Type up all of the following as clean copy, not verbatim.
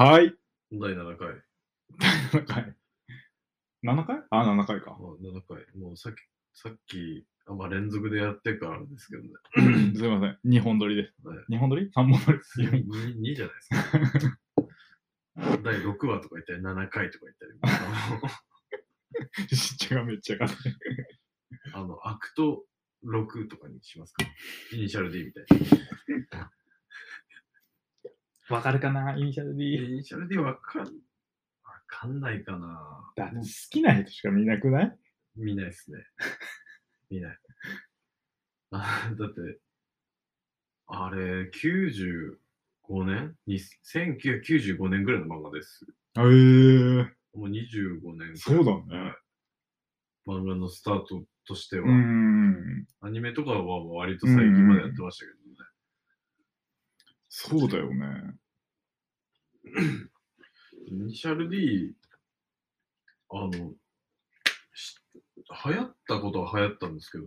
はい。 第7回。 7回。7回あ、7回か。 7回。もうさっき、連続でやってからですけどね。 すいません。2本撮りです。 はい、 2本撮り ?3 本撮り 2じゃないですか。第6話とか言ったり、7回とか言ったり。 血がめっちゃかって。 アクト6とかにしますか。イニシャル D みたいな。 わかるかなイニシャル D。 イニシャル D わかんないかな。 だって好きな人しか見なくない？ 見ないっすね。見ない。だって、あれ、1995年ぐらいの漫画です。もう25年。 そうだね。 漫画のスタートとしては。アニメとかは割と最近までやってましたけどね。 そうだよね。 イニシャル D、流行ったことは流行ったんですけど、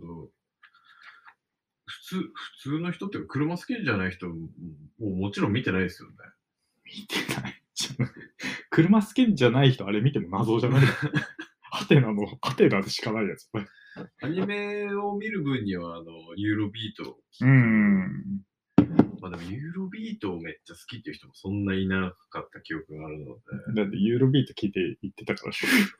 普通の人っていうか、車好きじゃない人もちろん見てないですよね。 見てないじゃん。車好きじゃない人、あれ見ても謎じゃない？ハテナでしかないやつ。 アニメを見る分には、ユーロビート。でもユーロビートをめっちゃ好きっていう人もそんないなかった記憶があるので。だってユーロビート聞いて言ってたから。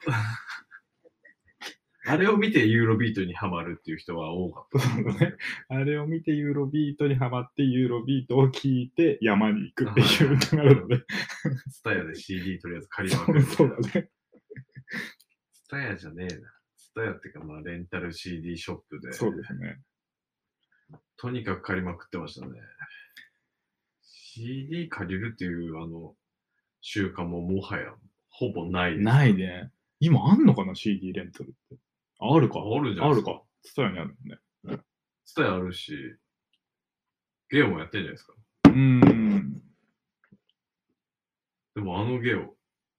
あれを見てユーロビートにハマるっていう人は多かった。 ね、あれを見てユーロビートにハマってユーロビートを聞いて山に行くっていうのがあるので。 スタヤで CD とりあえず借りまくる。 そうだね。 スタヤじゃねえな。スタヤっていうかレンタル CD ショップで。 そうですね。 とにかく借りまくってましたね。CD 借りるっていう習慣ももはやほぼないです。 ないね。今あんのかな CD レンタルって。あるか。 あるじゃないですか。 スタヤにあるね。 スタヤあるし、ゲオもやってるじゃないですか。でもゲオ。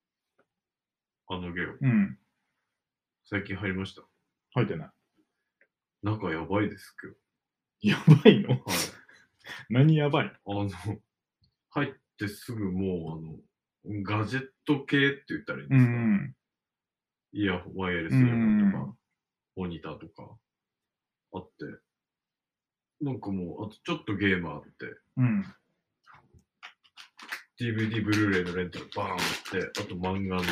最近入りました。 入ってない。 中やばいですけど。 やばいの？はい。何やばい？ 入ってすぐもうガジェット系って言ったらいいんですか？ワイヤレスイヤホンとか、モニターとかあって、なんかもう、あとちょっとゲームあって、DVD、ブルーレイのレンタルバーンって、あと漫画の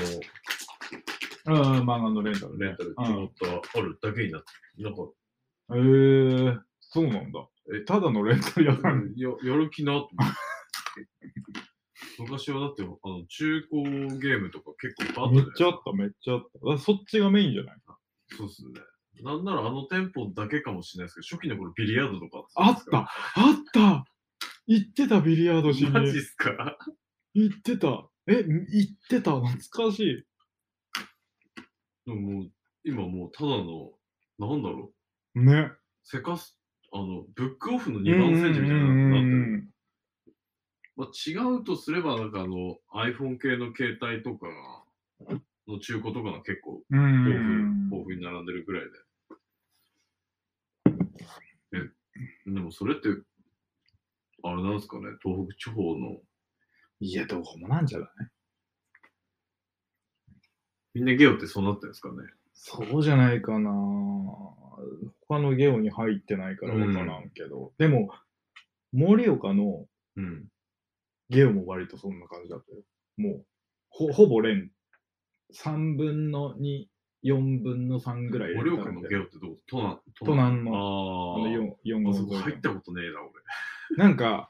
レンタル。 あるだけになって、なんか。 そうなんだ。ただのレンタル屋さん。 やる気なと思って。昔はだって、中古ゲームとか結構いっぱいあったじゃないですか。 めっちゃあった。そっちがメインじゃない？ そうっすね。なんなら店舗だけかもしれないですけど、初期の頃ビリヤードとかあった行ってた、ビリヤードしに。 マジっすか？ 行ってた。懐かしい。 でも今もうただの、なんだろう。ね。 ブックオフの2番煎じみたいになってる。違うとすれば、なんかiPhone 系の携帯とかの中古とかが結構豊富に並んでるぐらいで。でもそれって、あれなんですかね、東北地方の。 いや、どこもなんじゃない？ みんなゲオってそうなってるんですかね？ そうじゃないかな。他のゲオに入ってないからわからんけど。でも、盛岡のゲオも割とそんな感じだったよ。もう、ほぼレン。3分の2、4分の3ぐらい。 盛岡のゲオってどう？ 都南の、4号そこ入ったことねえな、 俺。なんか、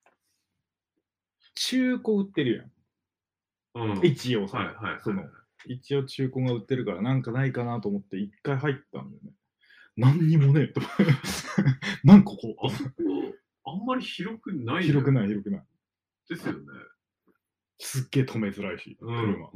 中古売ってるやん。一応さ、一応中古が売ってるからなんかないかなと思って一回入ったんだよね。何にもねえと。なんかここ。 あんまり広くない。 広くない。 ですよね。 すっげえ止めづらいし、車。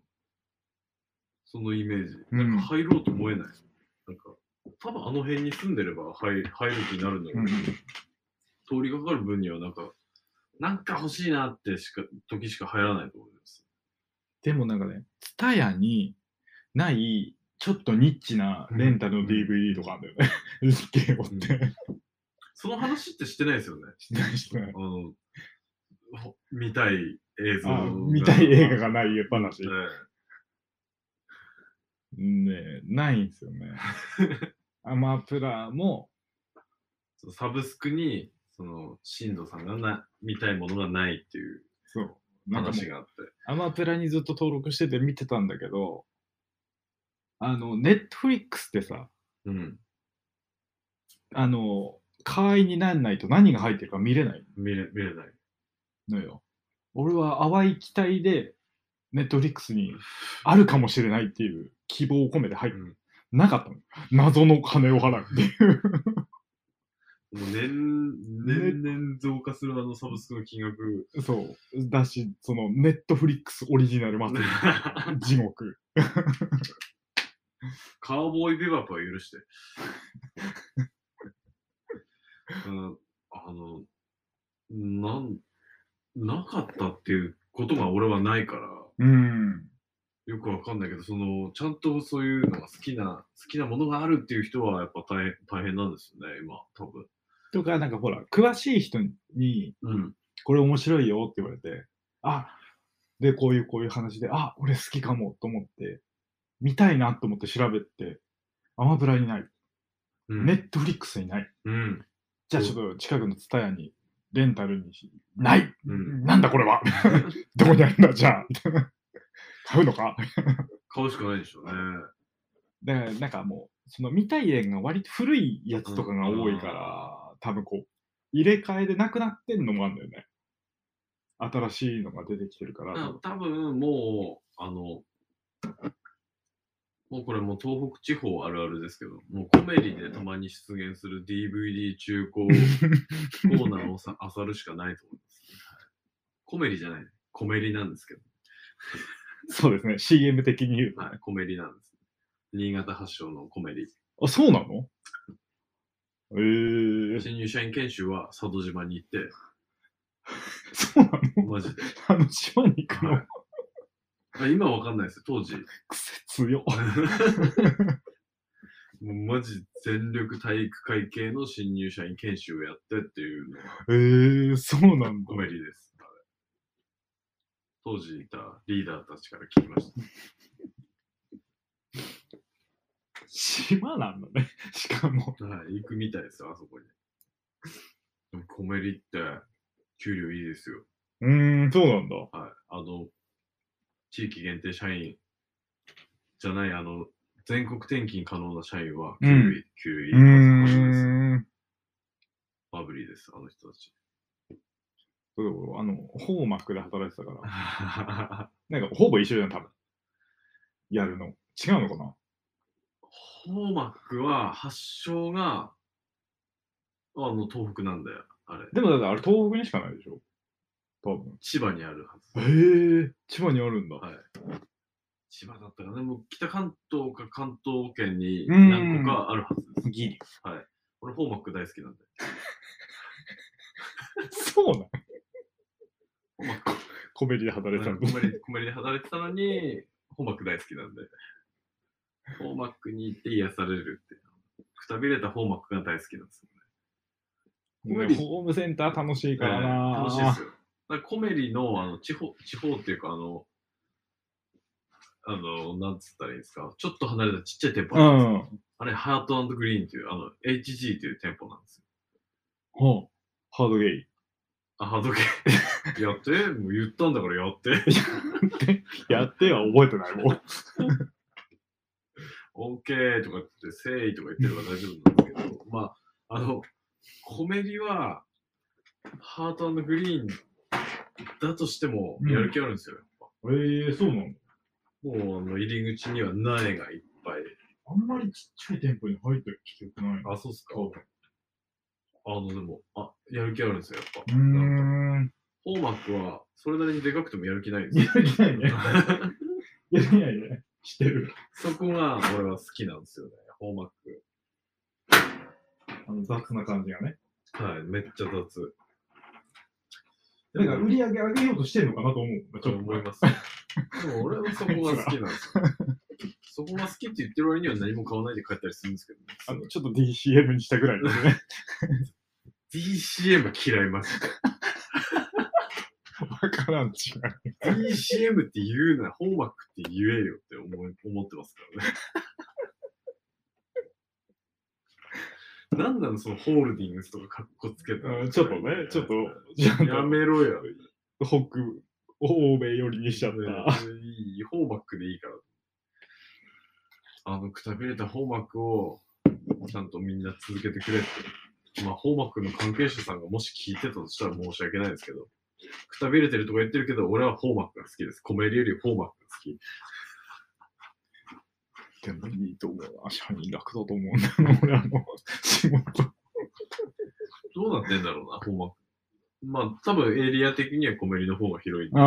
そのイメージ。なんか入ろうと思えない。なんか、多分辺に住んでれば入る気になるんだけど、通りかかる分にはなんか欲しいなって時しか入らないと思います。 でもなんかね、TSUTAYAにないちょっとニッチなレンタルの DVD とかあるんだよね。ゲームって。 その話ってしてないですよね。してない。見たい映像が見たい映画がない話。 ねね、ないんですよね。アマプラも、 サブスクに、新藤さんが見たいものがないっていうそう。なんかもう、 話があって。 アマプラにずっと登録してて見てたんだけど、ネットフリックスってさ、 うん。 会員になんないと何が入ってるか見れない見れない。 のよ。俺は淡い期待で、ネットフリックスにあるかもしれないっていう希望を込めて入って、なかったの。謎の金を払うっていう。 もう年々増加するサブスクの金額。 そう。だし、ネットフリックスオリジナル祭り。地獄。 カウボーイビバップは許して。なかったっていうことが俺はないから、よくわかんないけど、ちゃんとそういうのが好きなものがあるっていう人はやっぱ大変なんですよね、今、多分。 とか、なんかほら、詳しい人に、これ面白いよって言われて、で、こういう話で、俺好きかもと思って、見たいなと思って調べて、アマプラにない。ネットフリックスにない。じゃあちょっと近くのツタヤにレンタルにない、なんだこれはどこにあるんだじゃあ買うのか買うしかないでしょうね。 だからなんかもう、見たい映画が割と古いやつとかが多いから、多分入れ替えでなくなってんのもあるんだよね。新しいのが出てきてるから。 多分もう、もうこれもう東北地方あるあるですけど、もうコメリでたまに出現する DVD 中古コーナーを漁るしかないと思います、ね。コメリじゃない、コメリなんですけど。 そうですね、CM 的に言うと、 はい、コメリなんです。新潟発祥のコメリ。 そうなの？ 新入社員研修は佐渡島に行って。 そうなの？ マジで。 島に行くの？ 今わかんないですよ、当時。 癖強。 もうマジ全力体育会系の新入社員研修をやってっていうのが。 そうなんだ。 コメリです。当時いたリーダーたちから聞きました。 島なんだね、しかも。 はい、行くみたいですよ、あそこに。でもコメリって給料いいですよ。 そうなんだ。 はい。地域限定社員じゃない、全国転勤可能な社員は給料いいはずです。バブリーです、あの人たち。 ホーマックで働いてたから。なんか、ほぼ一緒じゃん、多分。やるの。違うのかな？ ホーマックは発祥が、東北なんだよ、あれ。 でもだってあれ東北にしかないでしょ？多分。 千葉にあるはず。千葉にあるんだ。 はい。千葉だったかな。もう北関東か関東圏に何個かあるはずです。 ギリ。 はい。俺、ホーマック大好きなんで。 そうなの？コメリで働いてたのに。 コメリで働いてたのに、ホーマック大好きなんで。ホーマックに行って癒されるって。くたびれたホーマックが大好きなんですよね。ホームセンター楽しいからな。 楽しいですよ。だからコメリの地方っていうかなんつったらいいですか、ちょっと離れたちっちゃい店舗なんですよ。あれ、ハート&グリーンっていう、HG っていう店舗なんですよ。ハードゲイ。 ハードゲイ。やって、もう言ったんだからやって。 やっては覚えてないもん。 OK とか言って、せいとか言ってれば大丈夫なんですけど、まあ、コメリは、ハート&グリーンだとしても、やる気あるんですよ、やっぱ。 そうなの？ もう、入り口には苗がいっぱい。 あんまりちっちゃい店舗に入ってる記憶ない。 そうっすか。でも、やる気あるんですよ、やっぱ。ホーマックは、それなりにでかくてもやる気ないんですよ。 やる気ないね。やる気ないね。してる。 そこが俺は好きなんですよね、ホーマック。 雑な感じがね。 はい、めっちゃ雑。 なんか売り上げ上げようとしてるのかなと思う。 ちょっと思います。でも俺はそこが好きなんですよ。そこが好きって言ってる割には何も買わないで帰ったりするんですけどね。 ちょっと DCM にしたぐらいですね。 DCM 嫌います。 わからん違う。 DCM って言うな、ホーマックって言えよって思ってますからね。なんなのそのホールディングスとかカッコつけたら、 ちょっとね、ちょっとやめろよ。 欧米寄りにしちゃった。 いい、ホーマックでいいから。くたびれたホーマックをちゃんとみんな続けてくれって。まあ、ホーマックの関係者さんがもし聞いてたとしたら申し訳ないですけど、くたびれてるとか言ってるけど、俺はホーマックが好きです。コメリよりホーマックが好き。 でもいいと思うな。社員楽だと思うんだよな、俺仕事。 どうなってんだろうな、ホーマック。まあ、多分エリア的にはコメリの方が広い。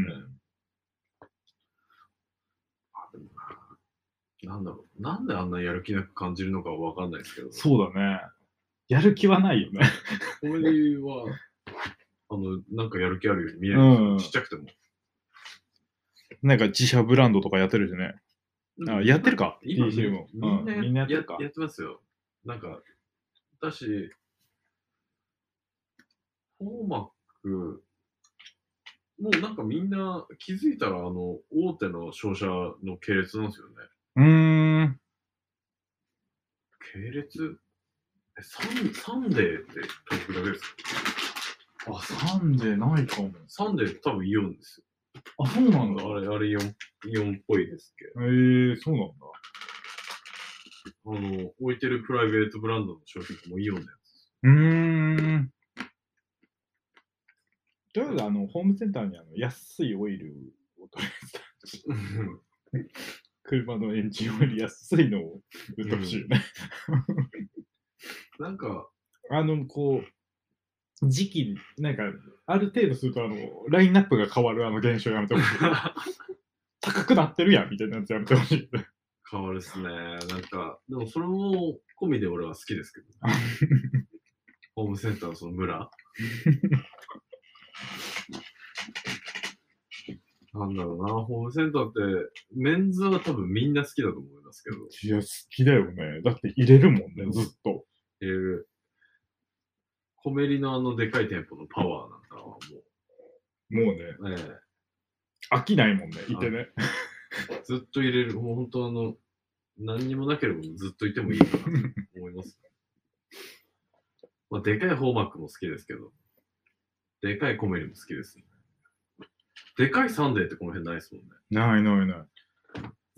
なんだろう。なんであんなやる気なく感じるのかわかんないですけど。 そうだね。やる気はないよね。 コメリは、なんかやる気あるように見えるんですよ。ちっちゃくても。 なんか自社ブランドとかやってるしね。やってるか今、 みんなやってるか。 やってますよ。なんか、だし、ホーマック、もうなんかみんな気づいたら、大手の商社の系列なんですよね。系列サンデーって東京だけですか？ あ、サンデーないかも。 サンデー多分イオンですよ。 あ、そうなんだ。 あれイオンっぽいですけど。 そうなんだ。置いてるプライベートブランドの商品もイオンのやつ。 とりあえず、ホームセンターに安いオイルを取り入れた。車のエンジンオイル安いのを売ってほしいよね。 なんか、 こう、時期、なんか、ある程度すると、ラインナップが変わる現象やめてほしい。高くなってるやんみたいなやつやめてほしい。 変わるっすね。なんか、でもそれも込みで俺は好きですけど、ね。ホームセンターのその村。なんだろうな、ホームセンターって、メンズは多分みんな好きだと思いますけど。 いや、好きだよね。だって入れるもんね、ずっと。 入れる。コメリのでかい店舗のパワーなんかはもうね、飽きないもんね、いてね。 ずっと入れる。もう本当何にもなければずっといてもいいかなと思います。まあ、でかいホーマックも好きですけど、でかいコメリも好きですね。でかいサンデーってこの辺ないですもんね。 ない。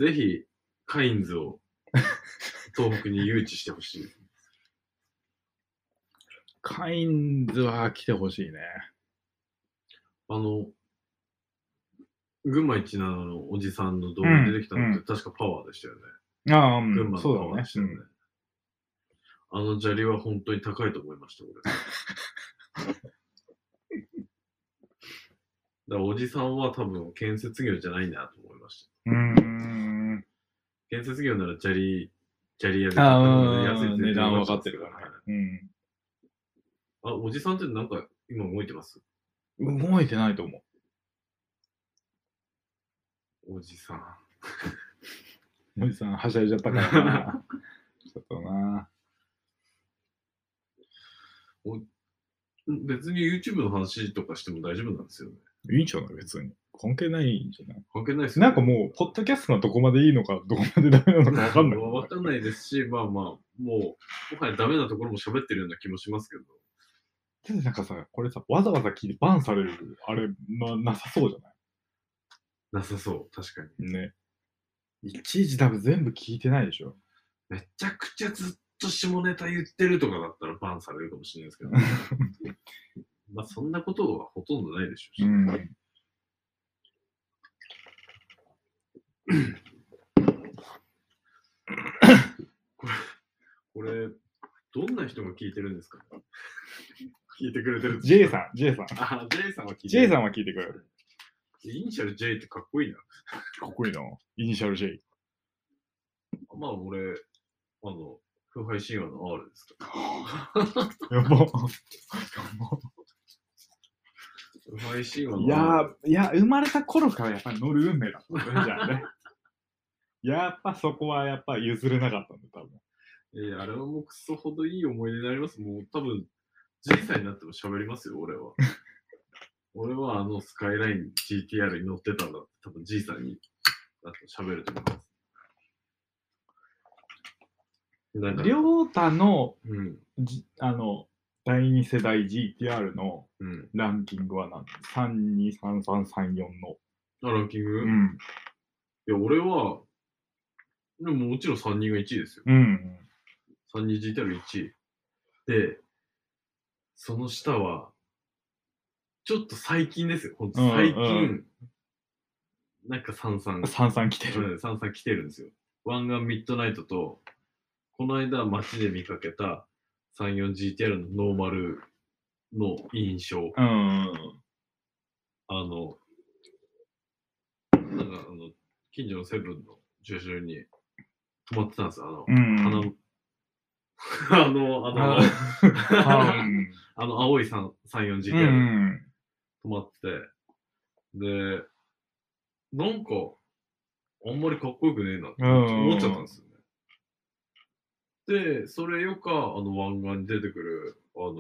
ぜひ、カインズを東北に誘致してほしい。 カインズは来てほしいね。 群馬17のおじさんの動画に出てきたのって確かパワーでしたよね。群馬のパワーでしたよね。砂利は本当に高いと思いました、俺。だからおじさんは多分建設業じゃないなと思いました。建設業なら砂利屋で安い値段分かってるからね。 おじさんってなんか今動いてます？ 動いてないと思う。 おじさん。 おじさんはしゃいじゃったからな。ちょっとな。 別に YouTube の話とかしても大丈夫なんですよね。 いいんじゃない別に。関係ないんじゃない？ 関係ないですよね。 なんかもう、ポッドキャストがどこまでいいのか、どこまでダメなのかわかんない。 わかんないですし、まあまあ、もはやダメなところも喋ってるような気もしますけど。 なんかさ、これさ、わざわざ聞いてバンされる、あれ、なさそうじゃない？ なさそう、確かに。 ね。いちいち多分全部聞いてないでしょ。 めちゃくちゃずっと下ネタ言ってるとかだったらバンされるかもしれないですけど、まあそんなことはほとんどないでしょうし。これ、どんな人が聞いてるんですか？聞いてくれてる。 J さん。 あ、J さんは聞いてる。 J さんは聞いてくれる。 イニシャル J ってかっこいいな。 かっこいいな。イニシャル J。 まあ俺、腐敗神話の R ですかやば。 腐敗神話の R。いや、生まれた頃からやっぱり乗る運命だったんじゃんね。やっぱそこはやっぱ譲れなかったんだ、多分。 あれはもうクソほどいい思い出になります。もう多分、J 歳になっても喋りますよ、俺は。 俺はスカイライン GTR に乗ってたんだって多分じいさんに喋ると思います。 りょうたの、 うん、 第2世代 GTR のうん、 ランキングは何 ?323334の。 ランキング、 うん。 いや、俺は、でももちろん3人が1位ですよ。 うん。 3人 GTR 1位。で、その下は、ちょっと最近ですよ。ほんと最近、なんか 33来てる。 33来てるんですよ。湾岸ミッドナイトと、この間街で見かけた 34GTR のノーマルの印象。 うん。 なんか近所のセブンの駐車場に泊まってたんですよ。 うん。 青い 34GTR 泊まってて、で、なんか、あんまりかっこよくねえなって思っちゃったんですよね。で、それよか、湾岸に出てくる、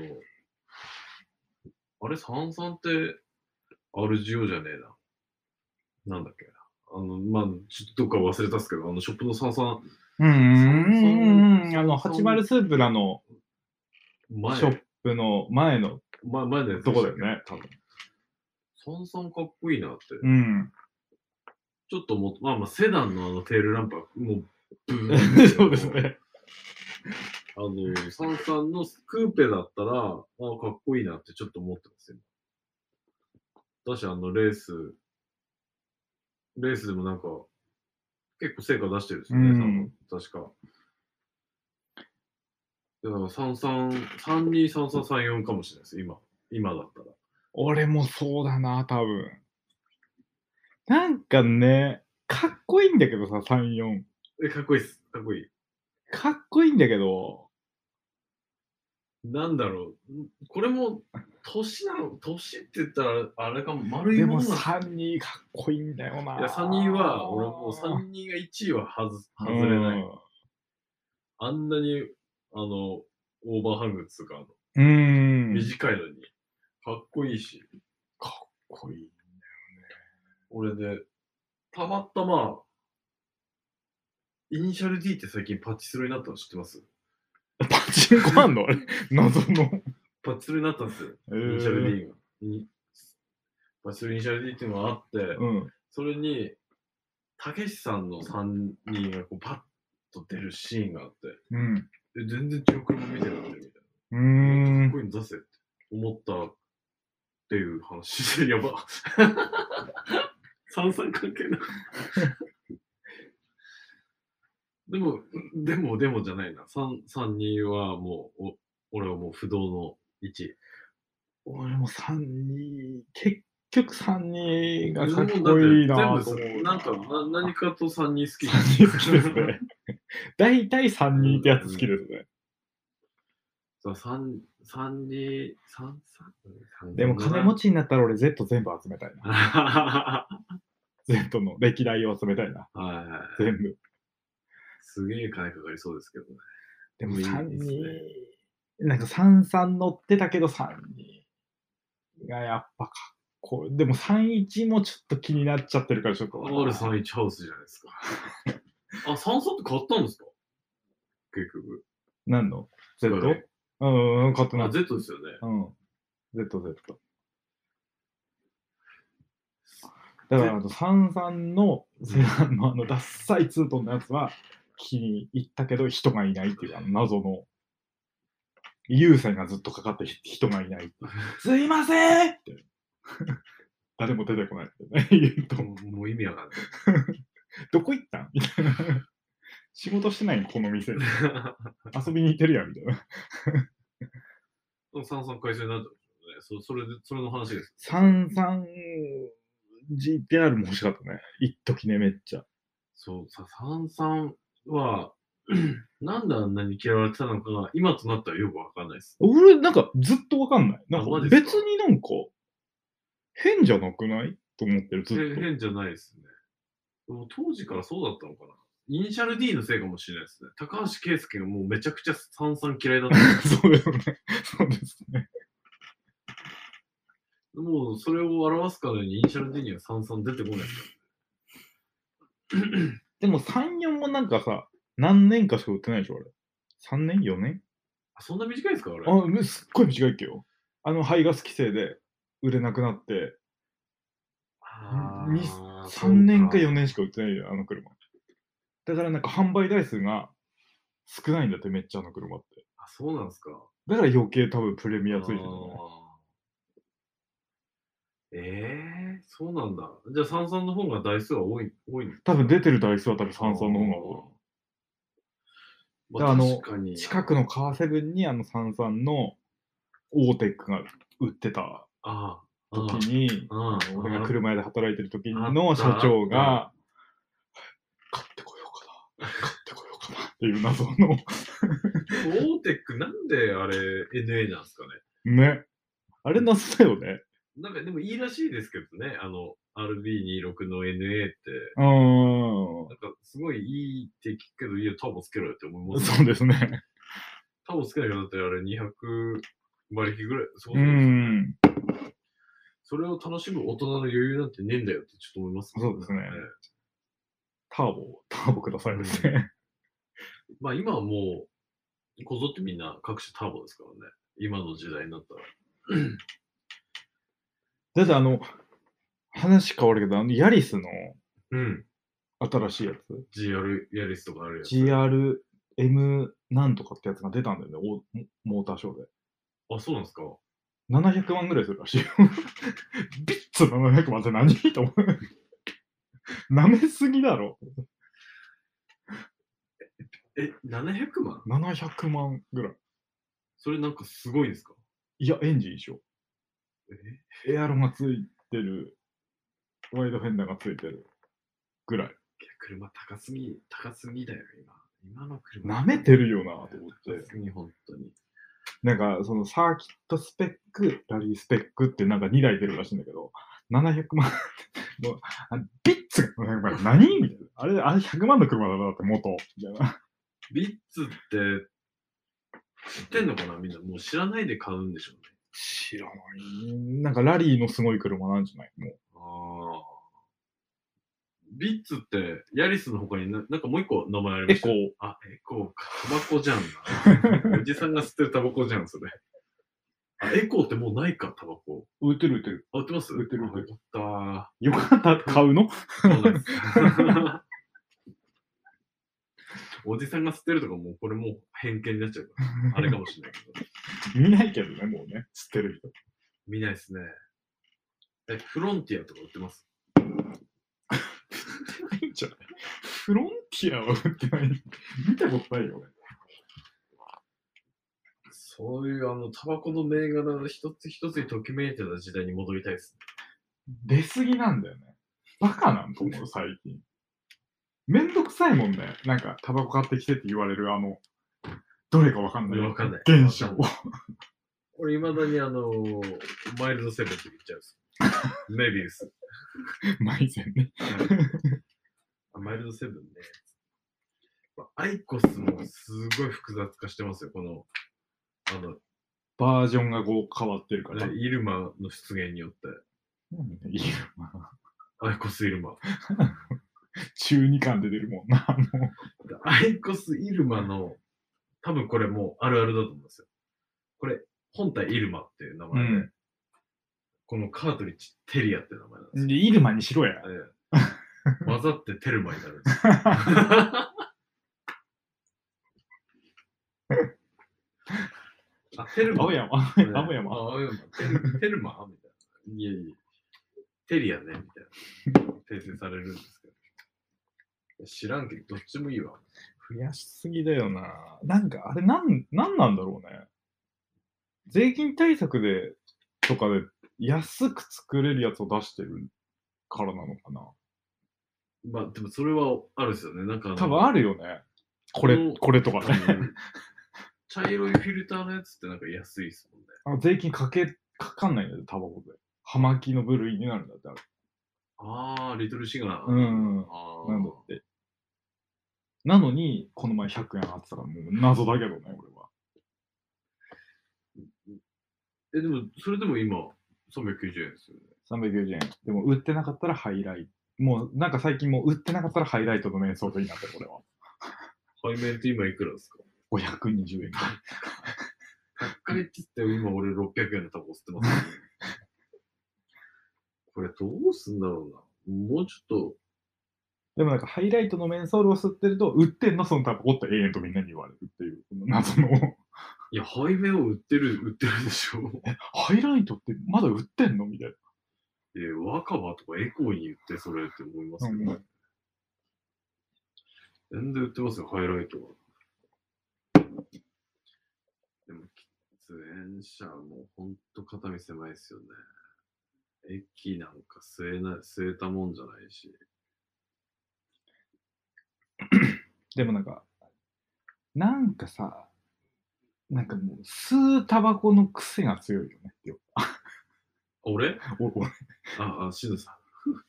あれ、33って RGO じゃねえな。なんだっけな。まあ、ちょっとどっか忘れたっすけど、ショップの33、 80スープラのショップの前の前のやつとこだよね、多分。 33かっこいいなって。 うん。 ちょっとまあセダンのテールランプはもう、 そうですね。 33のクーペだったら、かっこいいなってちょっと思ってますよ。だし、レースでもなんか、結構成果出してるんですよね、確か。だから323334かもしれないです、今だったら。 俺もそうだな、多分。なんかね、かっこいいんだけどさ、34。 かっこいいっす。かっこいい。 かっこいいんだけど、 なんだろう。これも、年って言ったら、あれかも、丸いでももの 32かっこいいんだよな。 いや、32は、俺もう32が1位は外れない。あんなに、オーバーハングっつうか、短いのに、かっこいいし。 かっこいいんだよね。 俺で、たまたま、イニシャル D って最近パチスロになったの知ってます？ パチンコあんのあれ謎の。 パチスロになったんですよ。イニシャル D が。パチスロイニシャル D っていうのがあって、それに、たけしさんの3人がこうパッと出るシーンがあって、全然違う車見てるんだよみたいな。かっこいいの出せって思ったっていう話で、やば。三々関係ない。でもじゃないな。3-2はもう、俺はもう不動の1位。 俺も3-2、結局3-2がかっこいいなと思う。 なんか、何かと3-2好き。 3-2好きですね。大体3-2ってやつ好きですね。 そう、3-2、3-3。 でも金持ちになったら俺 Z 全部集めたいな。Z の歴代を集めたいな。全部。 すげえ金かかりそうですけどね。 でも3-2、なんか3-3乗ってたけど3-2がやっぱかっこいい。でも3-1もちょっと気になっちゃってるからちょっと。 R3-1 ハウスじゃないですか。あ、3-3って買ったんですか？結局。 何の ?Z? 買ってない。 あ、Z ですよね。 Z。だから33のセダンのダッサいツートンのやつは気に入ったけど人がいないっていう謎の優先がずっとかかって人がいない。すいませんって誰も出てこないってね言うともう意味わかんない。 どこ行ったんみたいな。仕事してないのこの店。遊びに行ってるやんみたいな。 33回戦になったんですよね。それの話です。 33 GTR も欲しかったね。一時ね、めっちゃ。 そう、33は、なんであんなに嫌われてたのかが、今となったらよくわかんないです。 俺、なんかずっとわかんない。なんか別になんか、変じゃなくないと思ってる、ずっと。 変じゃないですね。でも当時からそうだったのかな。イニシャル D のせいかもしれないですね。高橋圭介がもうめちゃくちゃ33嫌いだった。 そうですね。そうですね。 もうそれを表すかのようにイニシャル D には33出てこないですかでも3、4もなんかさ、何年かしか売ってないでしょ、あれ。3年 ?4 年ら。そんな短いですかあれ。 すっごい短いっけよ。排ガス規制で売れなくなって、3年か4年しか売ってないよ、あの車。だからなんか販売台数が少ないんだって、めっちゃあの車って。 あ、そうなんですか。 だから余計多分プレミアついてるんだね。 そうなんだ。じゃあ、三々の方が台数は多いんです多分出てる台数は多分33の方が多い。 まあ、確かに。 近くのカーセブンに33のオーテックが売ってた時に、俺が車屋で働いてる時の社長が、買ってこようかな、買ってこようかなっていう謎の。 オーテックなんであれ NA なんですかね。 ね。あれ謎だよね。 なんかでもいいらしいですけどね、RB26 の NA って。なんかすごいいいって聞くけど、いや、ターボつけろよって思います、 ね。そうですね。 ターボつけないけど、だってあれ200馬力ぐらい、そうですね。それを楽しむ大人の余裕なんてねえんだよってちょっと思いますね。そうですね。ターボくださいですね。 まあ今はもう、こぞってみんな各種ターボですからね。今の時代になったら。 だって話変わるけど、ヤリスの新しいやつ。 GR ヤリスとかあるやつ。 GRM なんとかってやつが出たんだよね、モーターショーで。 あ、そうなんですか。 700万ぐらいするらしいよ。ビッツ700万って何と思う。舐めすぎだろ。 700万 ?700 万ぐらい。 それなんかすごいですか？ いや、エンジン一緒。エアロがついてる、ワイドフェンダーがついてるぐらい。 車高すぎだよ、今。今の車。 舐めてるよなと思って。 高すぎ、本当に。 なんか、そのサーキットスペック、ラリースペックってなんか2台出るらしいんだけど、700万もうビッツが700万何みたいな。あれ100万の車だなって元。みたいな。 ビッツって知ってんのかなみんな。もう知らないで買うんでしょうね。 知らない。なんかラリーのすごい車なんじゃないもう。ビッツって、ヤリスの他になんかもう一個名前ありました。エコーか。タバコじゃんな。おじさんが吸ってるタバコじゃん、それ。エコーってもうないか、タバコ。 売ってる。 売ってます？ 売ってる。 よかった。 よかった。買うの？そうです。 おじさんが吸ってるとかもうこれもう偏見になっちゃうから、あれかもしれないけど。見ないけどね、もうね、吸ってる人。 見ないですね。フロンティアとか売ってます？ フロンティアは売ってない。見たことないよ、俺。 そういうタバコの銘柄一つ一つにときめいてた時代に戻りたいですね。出過ぎなんだよね。バカなんと思う、最近。めんどくさいもんね。なんか、タバコ買ってきてって言われるどれかわかんない。 わかんない。 現象。 俺、未だにマイルドセブンって言っちゃうんです。メビウス。 マイゼンね。 マイルドセブンね。アイコスもすごい複雑化してますよ、この、 バージョンがこう変わってるから。 イルマの出現によって。 イルマ。 アイコスイルマ。 中二感で出るもんな、もう。アイコスイルマの、多分これもうあるあるだと思うんですよ。これ、本体イルマっていう名前で、このカートリッジテリアって名前なんですよ。 イルマにしろや。 混ざってテルマになるんですよ。テルマ。 青山。 テルマみたいな。いやいや。テリアね、みたいな。訂正されるんですけど。知らんけど、どっちもいいわ。 増やしすぎだよな。なんか、あれなんなんだろうね。税金対策で、とかで安く作れるやつを出してるからなのかな。 まあ、でもそれはあるですよね。なんか多分あるよね。これとかね。 茶色いフィルターのやつってなんか安いですもんね。 税金かかんないんだよ、タバコで。葉巻の部類になるんだって、あれ。 リトルシガー。 なんだって。なのに、この前100円あってたから、もう謎だけどね、俺は。 でも、それでも今、 390円ですよね。 390円。でも売ってなかったらハイライト。もうなんか最近もう売ってなかったらハイライトのメンソールになってる、これは。 背面って今いくらですか？ 520円。 高いって言って今俺600円のタバコ吸ってます、ね。これどうすんだろうな。もうちょっと。 でもなんかハイライトのメンソールを吸ってると、売ってんのそのタバコって永遠とみんなに言われるっていう、謎の。 いや、背面を売ってるでしょ。 ハイライトってまだ売ってんのみたいな。 若葉とかエコーに言ってそれって思いますけど、ね全然売ってますよ、ハイライトは。でも、喫煙者もほんと肩身狭いですよね。駅なんか吸えたもんじゃないし。 でもなんかさ、なんかもう吸うタバコの癖が強いよねって俺俺、 シヌさん。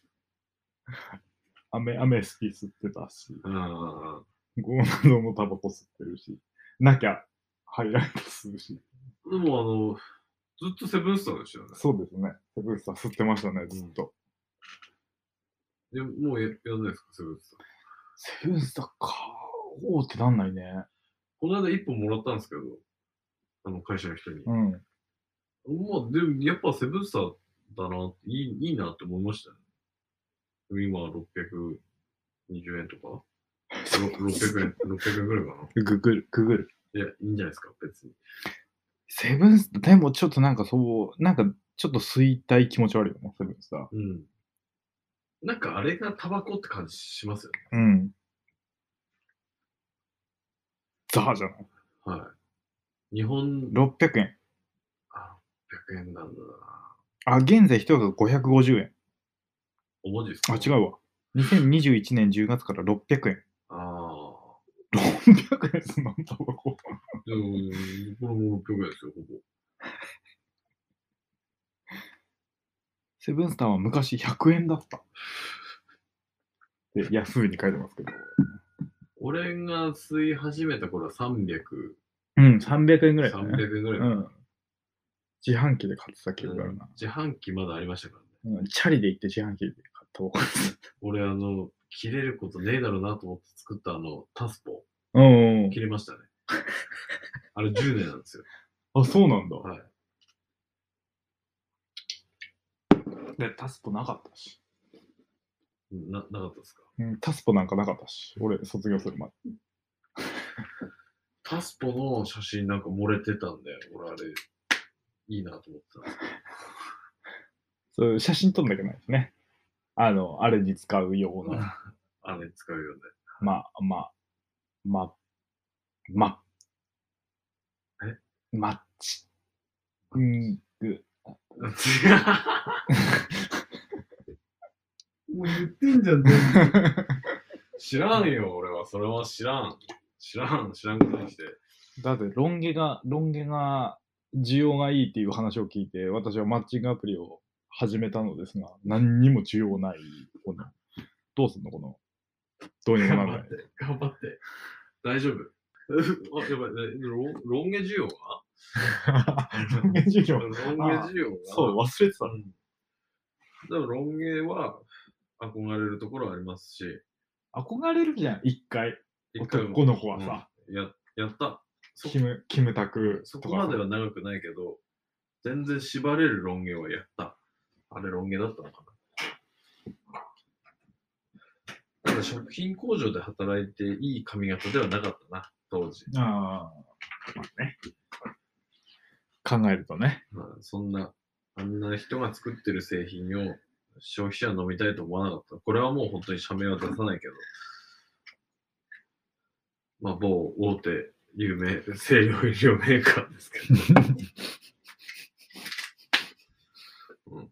アメ好き吸ってたし、ゴーナドもタバコ吸ってるし、なきゃハイライト吸うし。 でもずっとセブンスターでしたよね。 そうですね。セブンスター吸ってましたね、ずっと。 もうやんないですか、セブンスター。 セブンスターか。おーってなんないね。 この間1本もらったんですけど、会社の人に。 うん。 まあ、でもやっぱセブンスターだな、いいなって思いましたね。今620円とか600円ぐらいかな。 くぐる。 いや、いいんじゃないですか、別に。 セブンスター、でもちょっとなんかちょっと吸いたい気持ち悪いよね、セブンスター。 うん。なんかあれがタバコって感じしますよね。 うん。ザーじゃない。 はい。日本。 600円。 600円なんだな。現在一箱550円。 マジですか？ 違うわ。2021年10月から600円。600円すんのタバコ。 これも600円ですよ、ほぼ。 セブンスターは昔100円だった。で、安いに書いてますけど。 俺が吸い始めた頃は300。 うん、300円ぐらい、 300円ぐらい。うん。 自販機で買ってた記憶があるな。 自販機まだありましたからね。チャリで行って自販機で買った方が。 俺切れることねえだろうなと思って作ったタスポ。切れましたね。あれ10年なんですよ。 そうなんだ。 はい。 で、タスポなかったし。 なかったですか？ タスポなんかなかったし。俺、卒業する前。 タスポの写真なんか漏れてたんで、俺あれ、いいなと思ってたんですけど。 そういう写真撮んなきゃないですね。あれに使うような。 あれに使うよね。 マッチング。 もう言ってんじゃん、全部。知らんよ、俺は。それは知らんことにして。 だって、ロン毛が需要がいいっていう話を聞いて、私はマッチングアプリを始めたのですが、何にも需要ない。どうすんのどうにもならない。 頑張って。大丈夫。やばい、ロン毛需要がロン毛需要が。 そう、忘れてた。 でもロン毛は憧れるところはありますし。 憧れるじゃん、一回男の子はさ。 やった。 キムタク。 そこまでは長くないけど、全然縛れるロン毛はやった。あれロン毛だったのかな。ただ食品工場で働いていい髪型ではなかったな、当時。 まあね。考えるとね。 あんな人が作ってる製品を消費者は飲みたいと思わなかった。これはもう本当に社名は出さないけど、まあ某大手有名清涼飲料メーカーですけど、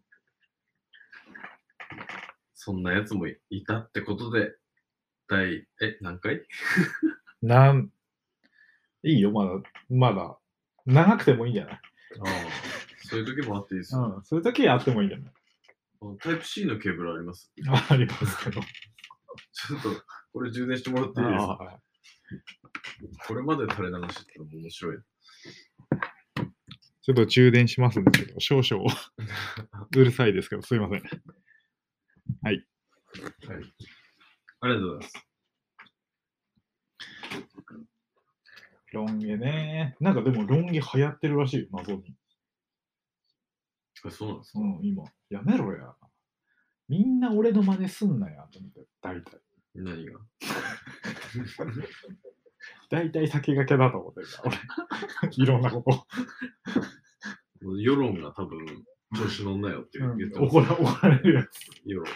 そんなやつもいたってことで、何回いいよ、まだ。長くてもいいんじゃない？ そういう時もあっていいですよ。 そういう時あってもいいんじゃない？ タイプ C のケーブルあります？ ありますけど。 ちょっと、これ充電してもらっていいですか？これまで垂れ流しってのも面白い。 ちょっと充電しますんで、ちょっと少々うるさいですけど、すいません。はい。 はい。ありがとうございます。 ロン毛ね。なんかでもロン毛流行ってるらしいよ、謎に。 そうなんですか？ うん、今。やめろや。みんな俺の真似すんなや、と思って、大体。 何が？ 大体先駆けだと思ってるから、俺。いろんなこと。 世論が多分、調子乗んなよって言ってます、 怒られるやつ。 世論。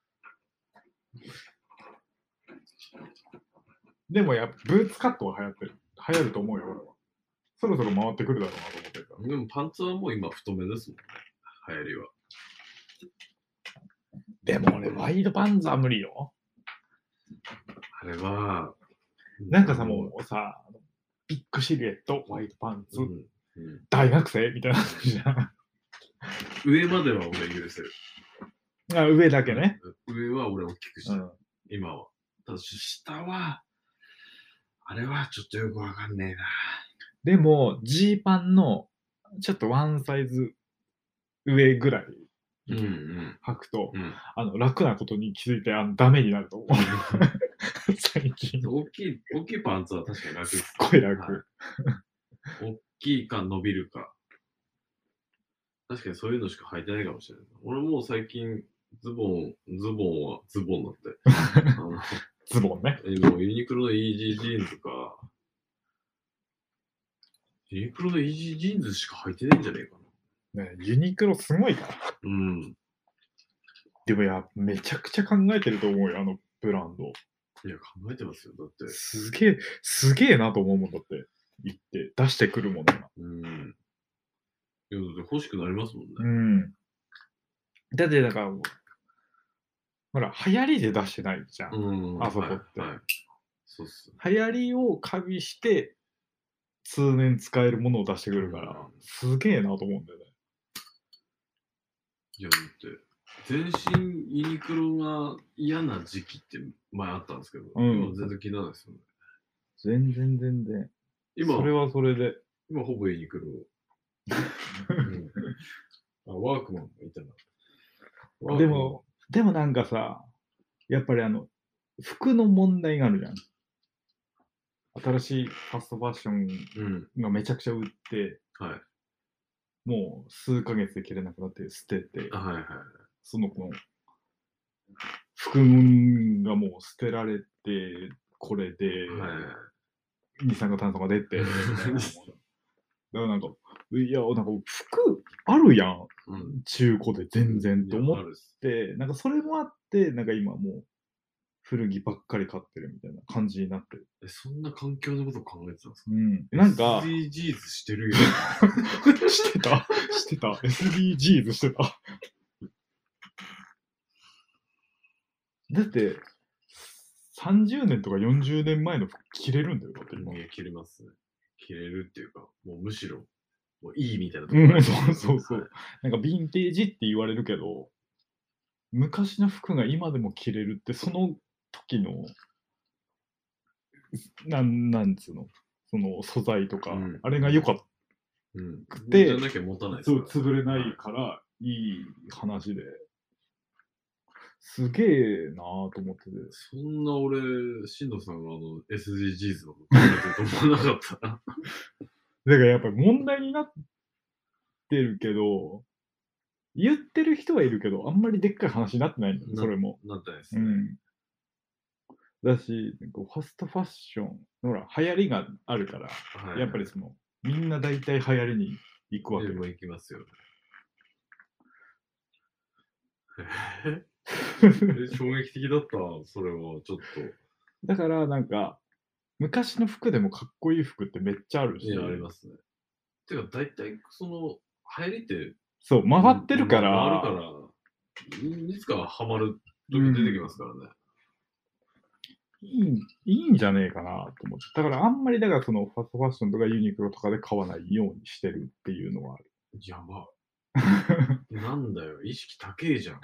でもブーツカットは流行ると思うよ、俺は。そろそろ回ってくるだろうなと思ってるから。 でもパンツはもう今太めですもんね、流行りは。 でも俺、ワイドパンツは無理よ。 あれは、 なんかさ、もうさ、ビッグシルエット、ワイドパンツ、大学生みたいな感じじゃん。 上までは俺許せる。 上だけね。 上は俺大きくした、今は。ただ下は、あれはちょっとよくわかんねえな。 でも、ジーパンのちょっとワンサイズ上ぐらい履くと、楽なことに気づいてダメになると思う。最近。 大きいパンツは確かに楽です。 すっごい楽。 大きいか伸びるか。確かにそういうのしか履いてないかもしれない。俺もう最近、ズボンはズボンなんで。 ズボンね。 もうユニクロのイージージーンズか。ユニクロのイージージーンズしか履いてないんじゃねえかな。ね、ユニクロすごいから。でもめちゃくちゃ考えてると思うよ、あのブランド。 いや、考えてますよ。だって。 すげえなと思うもんだって。言って、出してくるものが。 いや、だって欲しくなりますもんね。 だってほら、流行りで出してないじゃん。あそこって。 そうっす。 流行りを加味して、通年使えるものを出してくるから、すげえなと思うんだよね。 いや、だって、全身ユニクロが嫌な時期って前あったんですけど、今全然気にならないですよね。 全然。今、それはそれで。 今ほぼユニクロ。ワークマンもいたな。 でもなんかさ、やっぱり服の問題があるじゃん。新しいファストファッションがめちゃくちゃ売って、もう数ヶ月で着れなくなって捨てて、その服がもう捨てられて、これで、二酸化炭素が出て、だからなんか服あるやん、中古で全然と思って、なんかそれもあって、なんか今もう古着ばっかり買ってるみたいな感じになってる。 そんな環境のこと考えてたんですか？ なんか SDGs してるよ。 してた SDGs してた。だって30年とか40年前の服着れるんだよ。だって今。 着れますね。着れるっていうか、もうむしろもういいみたいなところ。 そう。なんかヴィンテージって言われるけど、昔の服が今でも着れるって、その時のなんつうの、その素材とか、あれが良かったくて、潰れないからいい話で、すげえなぁと思ってて。 そんな俺、しんどさんがSDGs のこと考えてると思わなかったな。だからやっぱり問題になってるけど、言ってる人はいるけど、あんまりでっかい話になってないんだよ、それも。 なってないですね。 だし、ファストファッション、ほら、流行りがあるから、やっぱりみんな大体流行りに行くわけよ。 行きますよね。衝撃的だった、それは、ちょっと。 だから、なんか、昔の服でもかっこいい服ってめっちゃあるし。 いや、ありますね。てか、大体、流行りって、 そう、回ってるから。 回るから、いつかハマる時出てきますからね。 いいんじゃねえかなと思って。だからあんまりファストファッションとかユニクロとかで買わないようにしてるっていうのはある。 やば。なんだよ、意識高えじゃん。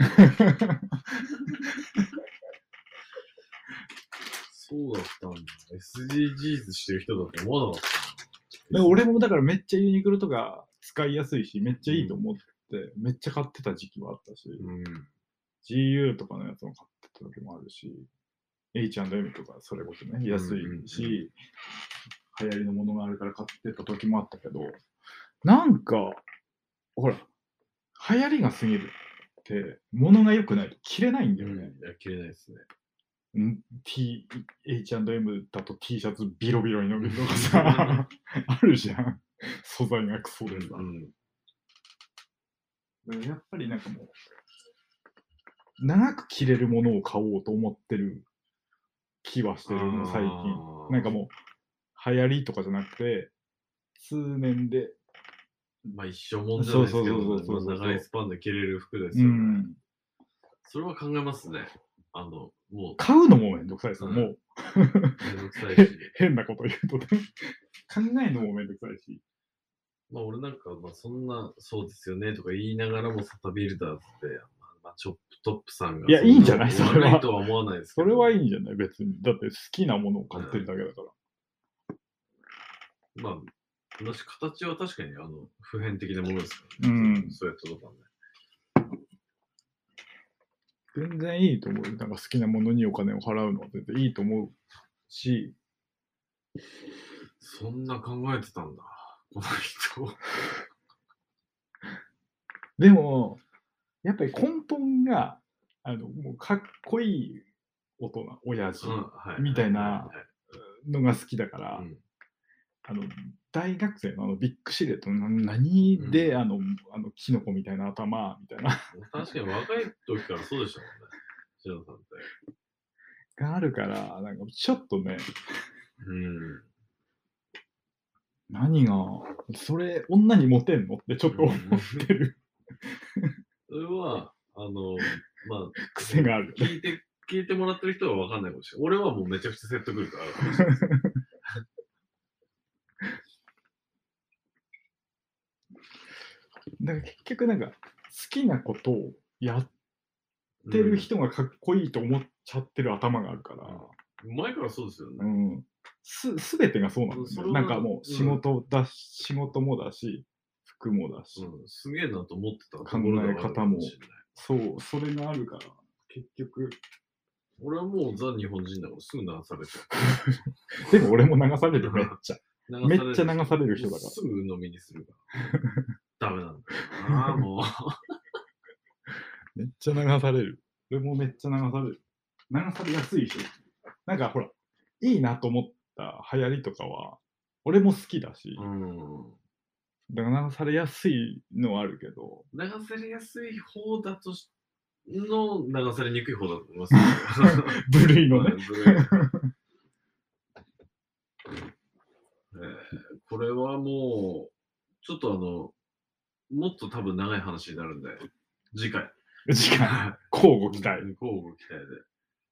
そうだったんだ。SDGs してる人だと思わなかった。 俺もだからめっちゃユニクロとか使いやすいし、めっちゃいいと思って、めっちゃ買ってた時期はあったし、GU とかのやつも買ってた時もあるし、H&M とかそれこそね、安いし、流行りのものがあるから買ってた時もあったけど、なんか、ほら、流行りが過ぎるって、物が良くないと着れないんだよね。 いや、着れないですね。 H&M だと T シャツビロビロに伸びるとかさ、あるじゃん。素材がクソでさ。やっぱりなんかもう、長く着れるものを買おうと思ってる気はしてるの、最近。なんかもう、流行りとかじゃなくて、数年で。 まあ一生もんじゃないですけど、長いスパンで着れる服ですよね。それは考えますね。もう。 買うのもめんどくさいですよ、もう。 めんどくさいし。 変なこと言うとね。考えるのもめんどくさいし。 まあ俺なんか、そんな、そうですよねとか言いながらもサタビルダーズって、チョップトップさんが。 いや、いいんじゃないそれは。 悪いとは思わないですけど。 それはいいんじゃない別に。だって好きなものを買ってるだけだから。 まあ、私、形は確かに普遍的なものですからね。そうやったとかね。 全然いいと思う。なんか好きなものにお金を払うのは全然いいと思うし。 そんな考えてたんだ、この人。 でも、やっぱり根本が、もうかっこいい大人、親父みたいなのが好きだから、大学生のビッグシルエットの何で、キノコみたいな頭みたいな。 確かに若い時からそうでしたもんね、白野さんって。 があるから、なんかちょっとね、何が、それ、女にモテんのってちょっと思ってる。 それは、まあ、 癖がある。 聞いてもらってる人は分かんないかもしれない。俺はもうめちゃくちゃ説得力あるかもしれない。 だから結局なんか、好きなことをやってる人がかっこいいと思っちゃってる頭があるから。 前からそうですよね。 すべてがそうなんですよ。なんかもう仕事もだし、服もだし。 すげえなと思ってた考え方も。そう、それがあるから、結局。 俺はもうザ日本人だからすぐ流されちゃう。でも俺も流される、めっちゃ。めっちゃ流される人だから。 すぐ鵜呑みにするから。ダメなんだよな、もう。めっちゃ流される。俺もめっちゃ流される。流されやすいし。なんかほら、いいなと思った流行りとかは、俺も好きだし。だから流されやすいのはあるけど。 流されやすい方だとの流されにくい方だと思います。 部類のね。 これはもう、ちょっともっと多分長い話になるんで、次回。 交互期待。 交互期待で。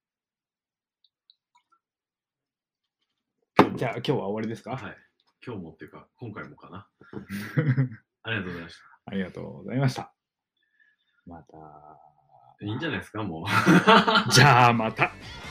じゃあ今日は終わりですか？ はい。今日もっていうか、今回もかな。ありがとうございました。 ありがとうございました。また。 いいんじゃないですか、もう。 じゃあまた。